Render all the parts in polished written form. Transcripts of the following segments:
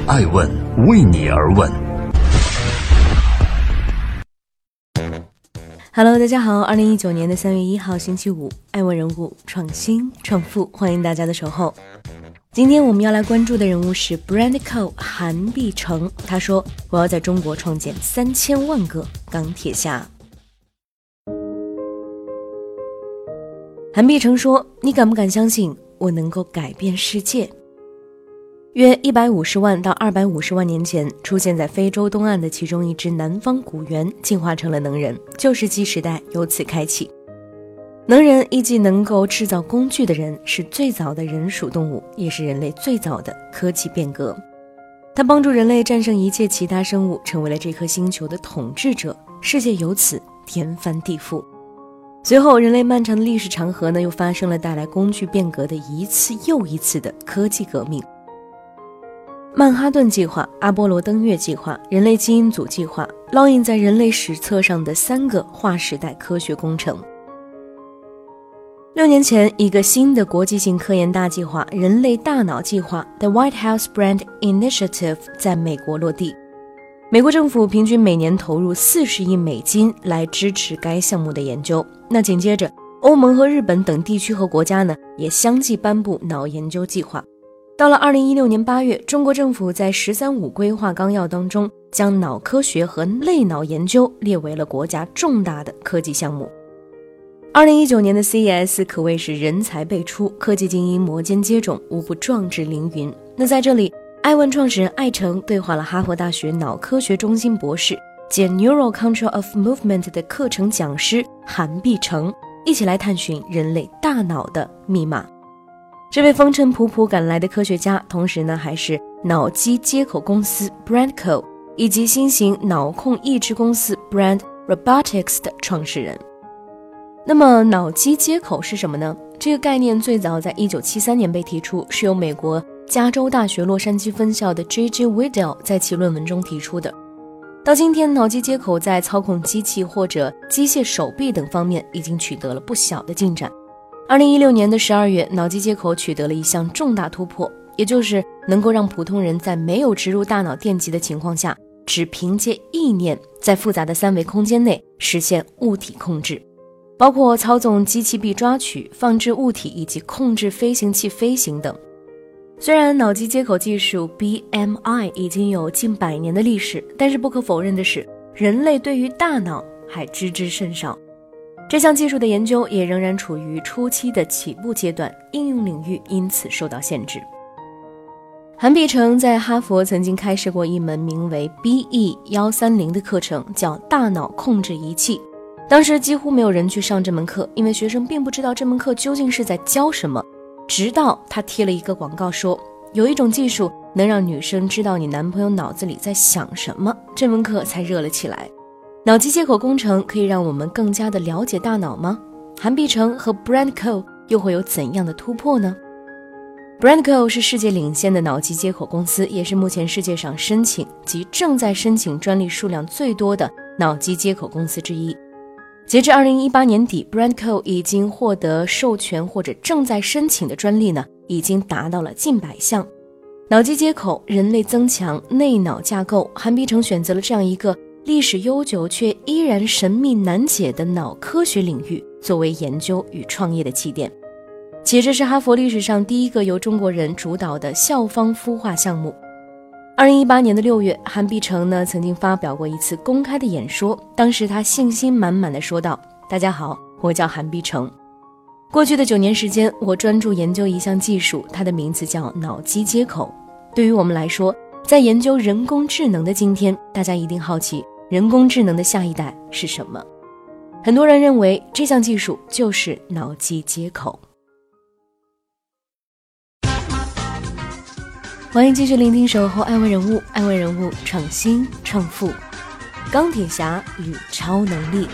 爱问为你而问。 Hello， 大家好，2019年3月1号星期五，爱问人物创新创富，欢迎大家的守候。今天我们要来关注的人物是 Brandco 韩碧成，他说我要在中国创建3000万个钢铁侠。韩碧成说，你敢不敢相信我能够改变世界？约150万到250万年前，出现在非洲东岸的其中一只南方古猿进化成了能人，旧石器时代由此开启。能人亦即能够制造工具的人，是最早的人属动物，也是人类最早的科技变革。他帮助人类战胜一切其他生物，成为了这颗星球的统治者，世界由此天翻地覆。随后人类漫长的历史长河呢，又发生了带来工具变革的一次又一次的科技革命。曼哈顿计划、阿波罗登月计划、人类基因组计划，烙印在人类史册上的3个划时代科学工程。6年前，一个新的国际性科研大计划——人类大脑计划 The White House Brain Initiative 在美国落地。美国政府平均每年投入40亿美金来支持该项目的研究。那紧接着，欧盟和日本等地区和国家呢，也相继颁布脑研究计划。到了2016年8月，中国政府在“13·5”规划纲要当中，将脑科学和类脑研究列为了国家重大的科技项目。2019年的 CES 可谓是人才辈出，科技精英摩肩接踵，无不壮志凌云。那在这里，爱问创始人艾诚对话了哈佛大学脑科学中心博士兼 Neural Control of Movement 的课程讲师韩碧成，一起来探寻人类大脑的密码。这位风尘仆仆赶来的科学家，同时呢还是脑机接口公司 Brandco 以及新型脑控抑制公司 Brand Robotics 的创始人。那么脑机接口是什么呢？这个概念最早在1973年被提出，是由美国加州大学洛杉矶分校的 J.G. Weddell 在其论文中提出的。到今天，脑机接口在操控机器或者机械手臂等方面已经取得了不小的进展。2016年的12月，脑机接口取得了一项重大突破，也就是能够让普通人在没有植入大脑电极的情况下，只凭借意念在复杂的3维空间内实现物体控制，包括操纵机器臂抓取、放置物体以及控制飞行器飞行等。虽然脑机接口技术 BMI 已经有近100年的历史，但是不可否认的是，人类对于大脑还知之甚少。这项技术的研究也仍然处于初期的起步阶段，应用领域因此受到限制。韩碧成在哈佛曾经开设过一门名为 BE130 的课程，叫大脑控制仪器。当时几乎没有人去上这门课，因为学生并不知道这门课究竟是在教什么。直到他贴了一个广告说，有一种技术能让女生知道你男朋友脑子里在想什么，这门课才热了起来。脑机接口工程可以让我们更加的了解大脑吗？韩碧成和 Brandco 又会有怎样的突破呢？ Brandco 是世界领先的脑机接口公司，也是目前世界上申请及正在申请专利数量最多的脑机接口公司之一。截至2018年底， Brandco 已经获得授权或者正在申请的专利呢，已经达到了近100项。脑机接口、人类增强、内脑架构，韩碧成选择了这样一个历史悠久却依然神秘难解的脑科学领域作为研究与创业的起点，且这是哈佛历史上第一个由中国人主导的校方孵化项目。2018年的6月，韩碧成呢曾经发表过一次公开的演说，当时他信心满满地说道：大家好，我叫韩碧成。过去的9年时间，我专注研究一项技术，它的名字叫脑机接口。对于我们来说，在研究人工智能的今天，大家一定好奇人工智能的下一代是什么？很多人认为这项技术就是脑机接口。欢迎继续聆听守候爱问人物，爱问人物创新创富，钢铁侠与超能力。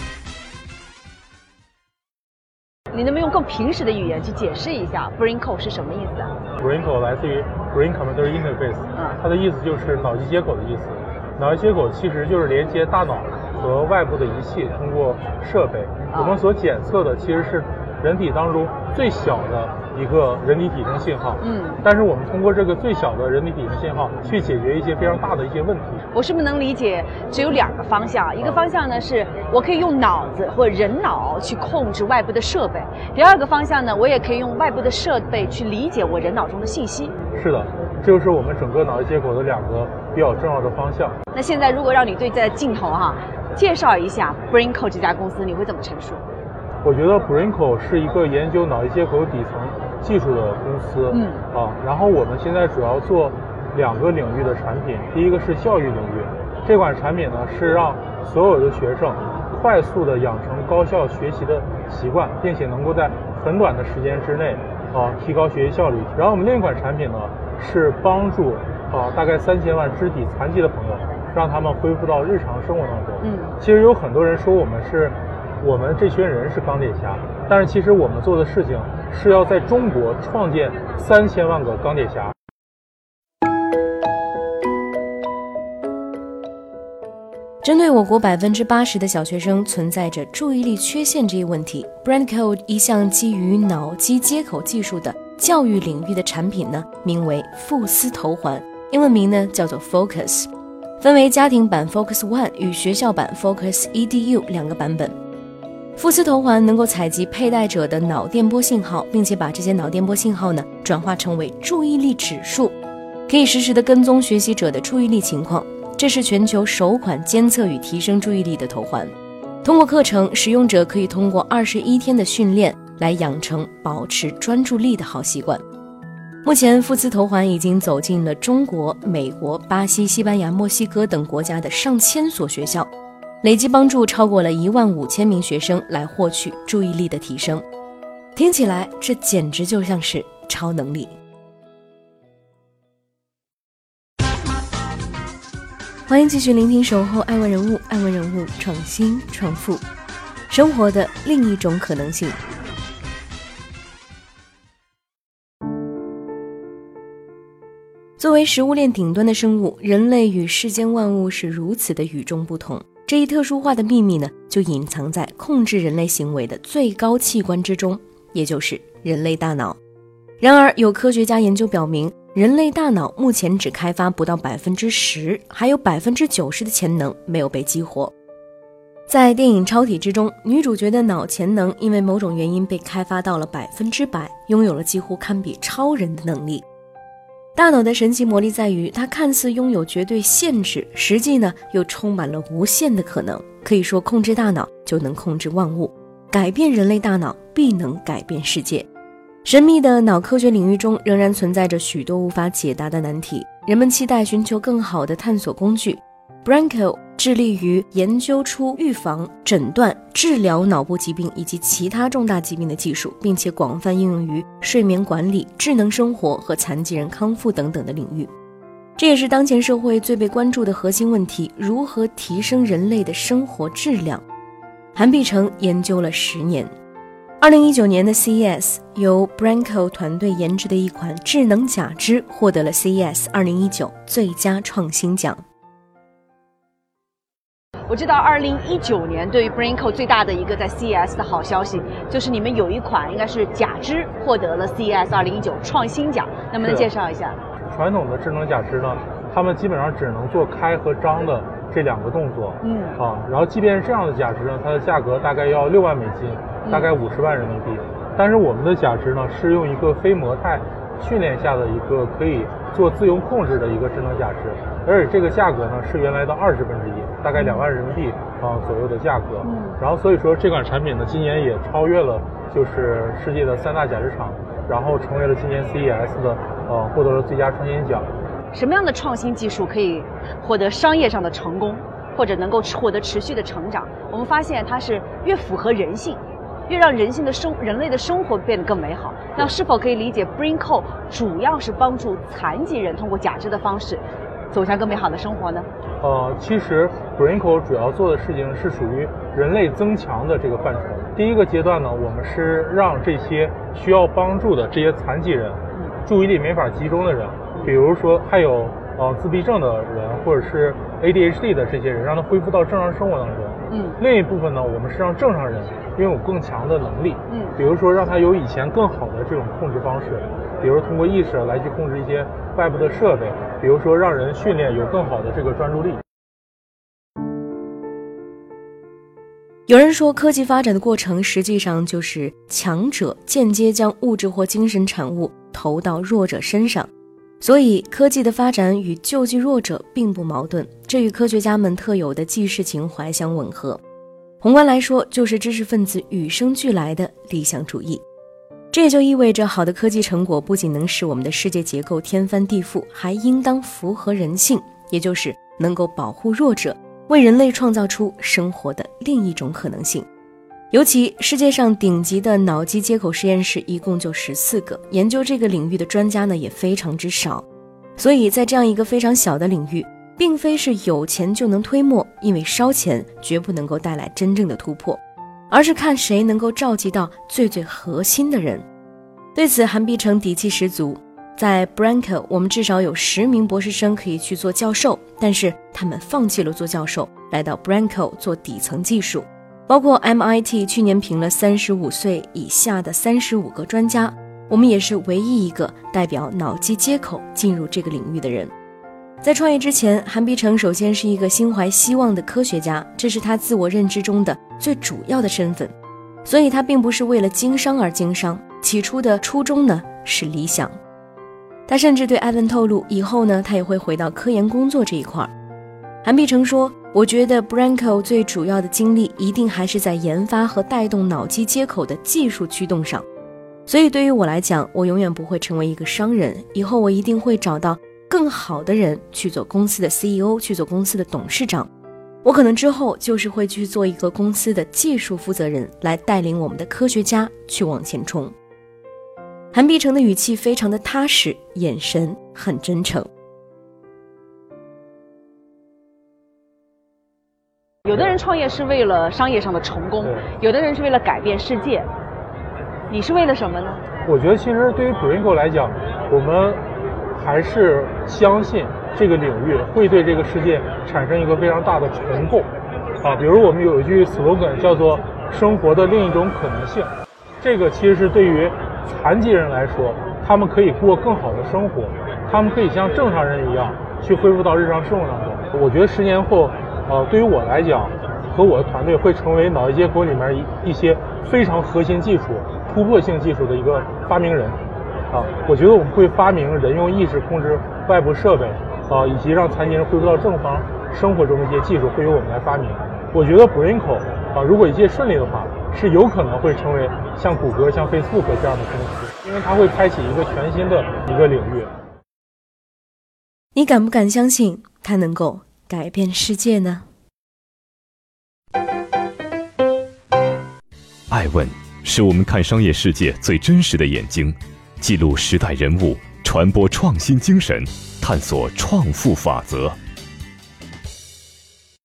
你能不能用更平实的语言去解释一下 Brandco 是什么意思啊？ Brandco 来自于 Brain Computer Interface，它的意思就是脑机接口的意思。脑机接口其实就是连接大脑和外部的仪器，通过设备，我们所检测的其实是人体当中最小的一个人体体征信号。但是我们通过这个最小的人体体征信号去解决一些非常大的一些问题。 我是不是能理解只有2个方向？一个方向呢是我可以用脑子或人脑去控制外部的设备，第2个方向呢，我也可以用外部的设备去理解我人脑中的信息。 是的，这就是我们整个脑机接口的2个比较重要的方向。 那现在如果让你对着镜头介绍一下 BrainCode 这家公司，你会怎么陈述？ 我觉得 BrainCode 是一个研究脑机接口底层技术的公司。然后我们现在主要做2个领域的产品，第一个是教育领域，这款产品呢是让所有的学生快速的养成高效学习的习惯，并且能够在很短的时间之内提高学习效率。然后我们另一款产品呢是帮助大概3000万肢体残疾的朋友，让他们恢复到日常生活当中。其实有很多人说我们这群人是钢铁侠，但是其实我们做的事情是要在中国创建3000万个钢铁侠。 针对我国80%的小学生存在着注意力缺陷这一问题， BrainCode 一项基于脑机接口技术的教育领域的产品呢，名为富斯头环，英文名呢叫做 Focus， 分为家庭版 Focus One 与学校版 Focus EDU 2个版本。富斯头环能够采集佩戴者的脑电波信号，并且把这些脑电波信号呢转化成为注意力指数，可以实时的跟踪学习者的注意力情况。这是全球首款监测与提升注意力的头环。通过课程，使用者可以通过21天的训练来养成保持专注力的好习惯。目前富斯头环已经走进了中国、美国、巴西、西班牙、墨西哥等国家的上千所学校，累计帮助超过了15000名学生来获取注意力的提升。听起来这简直就像是超能力。欢迎继续聆听守候爱问人物，爱问人物创新创富，生活的另一种可能性。作为食物链顶端的生物，人类与世间万物是如此的与众不同。这一特殊化的秘密呢，就隐藏在控制人类行为的最高器官之中，也就是人类大脑。然而，有科学家研究表明，人类大脑目前只开发不到10%，还有90%的潜能没有被激活。在电影《超体》之中，女主角的脑潜能因为某种原因被开发到了100%，拥有了几乎堪比超人的能力。大脑的神奇魔力在于，它看似拥有绝对限制，实际呢又充满了无限的可能。可以说，控制大脑就能控制万物，改变人类大脑必能改变世界。神秘的脑科学领域中仍然存在着许多无法解答的难题，人们期待寻求更好的探索工具。BrainCode 致力于研究出预防、诊断、治疗脑部疾病以及其他重大疾病的技术，并且广泛应用于睡眠管理、智能生活和残疾人康复等等的领域。这也是当前社会最被关注的核心问题：如何提升人类的生活质量。韩碧城研究了10年。2019年的 CES， 由 BrainCode 团队研制的一款智能假肢获得了 CES 2019最佳创新奖。 我知道2019年对于 BrainCode 最大的一个在 CES 的好消息，就是你们有一款应该是假肢获得了 CES 2019创新奖，能不能介绍一下？ 传统的智能假肢呢，他们基本上只能做开和张的这2个动作。然后即便是这样的假肢呢，它的价格大概要6万美金，大概50万人民币。但是我们的假肢呢，是用一个非模态训练下的一个可以做自由控制的一个智能假肢，而且这个价格呢是原来的1/20，大概2万人民币左右的价格。然后所以说这款产品呢，今年也超越了就是世界的3大假肢厂，然后成为了今年 CES 的获得了最佳创新奖。 什么样的创新技术可以获得商业上的成功，或者能够获得持续的成长？我们发现它是越符合人性，越让人类的生活变得更美好。那是否可以理解 BrainCode 主要是帮助残疾人通过假肢的方式走向更美好的生活呢？ 其实 BrainCode 主要做的事情是属于人类增强的这个范畴。第一个阶段呢，我们是让这些需要帮助的这些残疾人，注意力没法集中的人，比如说还有自闭症的人，或者是 ADHD 的这些人，让他恢复到正常生活当中。 另一部分呢，我们是让正常人拥有更强的能力，比如说让他有以前更好的这种控制方式，比如通过意识来去控制一些外部的设备，比如说让人训练有更好的这个专注力。 有人说，科技发展的过程实际上就是强者间接将物质或精神产物投到弱者身上，所以科技的发展与救济弱者并不矛盾，这与科学家们特有的济世情怀相吻合。宏观来说，就是知识分子与生俱来的理想主义。这也就意味着，好的科技成果不仅能使我们的世界结构天翻地覆，还应当符合人性，也就是能够保护弱者，为人类创造出生活的另一种可能性。尤其世界上顶级的脑机接口实验室一共就14个，研究这个领域的专家呢也非常之少。所以在这样一个非常小的领域，并非是有钱就能推磨，因为烧钱绝不能够带来真正的突破，而是看谁能够召集到最核心的人。对此，韩碧城底气十足。在 Branco 我们至少有10名博士生可以去做教授，但是他们放弃了做教授，来到 Branco 做底层技术。包括 MIT 去年评了35岁以下的35个专家，我们也是唯一一个代表脑机接口进入这个领域的人。在创业之前，韩碧城首先是一个心怀希望的科学家，这是他自我认知中的最主要的身份，所以他并不是为了经商而经商，起初的初衷呢是理想。他甚至对艾文透露，以后呢他也会回到科研工作这一块。韩碧城说，我觉得 Branco 最主要的精力一定还是在研发和带动脑机接口的技术驱动上，所以对于我来讲，我永远不会成为一个商人，以后我一定会找到更好的人去做公司的 CEO， 去做公司的董事长。我可能之后就是会去做一个公司的技术负责人，来带领我们的科学家去往前冲。韩碧城的语气非常的踏实，眼神很真诚。 有的人创业是为了商业上的成功，有的人是为了改变世界，你是为了什么呢？ 我觉得其实对于 Branco 来讲，我们还是相信这个领域会对这个世界产生一个非常大的重构比如我们有一句 slogan 叫做生活的另一种可能性，这个其实是对于残疾人来说，他们可以过更好的生活，他们可以像正常人一样去恢复到日常生活当中。我觉得10年后对于我来讲和我的团队会成为脑机接口里面一些非常核心技术、突破性技术的一个发明人我觉得我们会发明人用意识控制外部设备以及让残疾人恢复到正常生活中的一些技术会由我们来发明。我觉得 Branco如果一切顺利的话，是有可能会成为像谷歌、像 Facebook 这样的公司，因为它会开启一个全新的一个领域。 你敢不敢相信它能够改变世界呢？ 爱问是我们看商业世界最真实的眼睛，记录时代人物，传播创新精神，探索创富法则。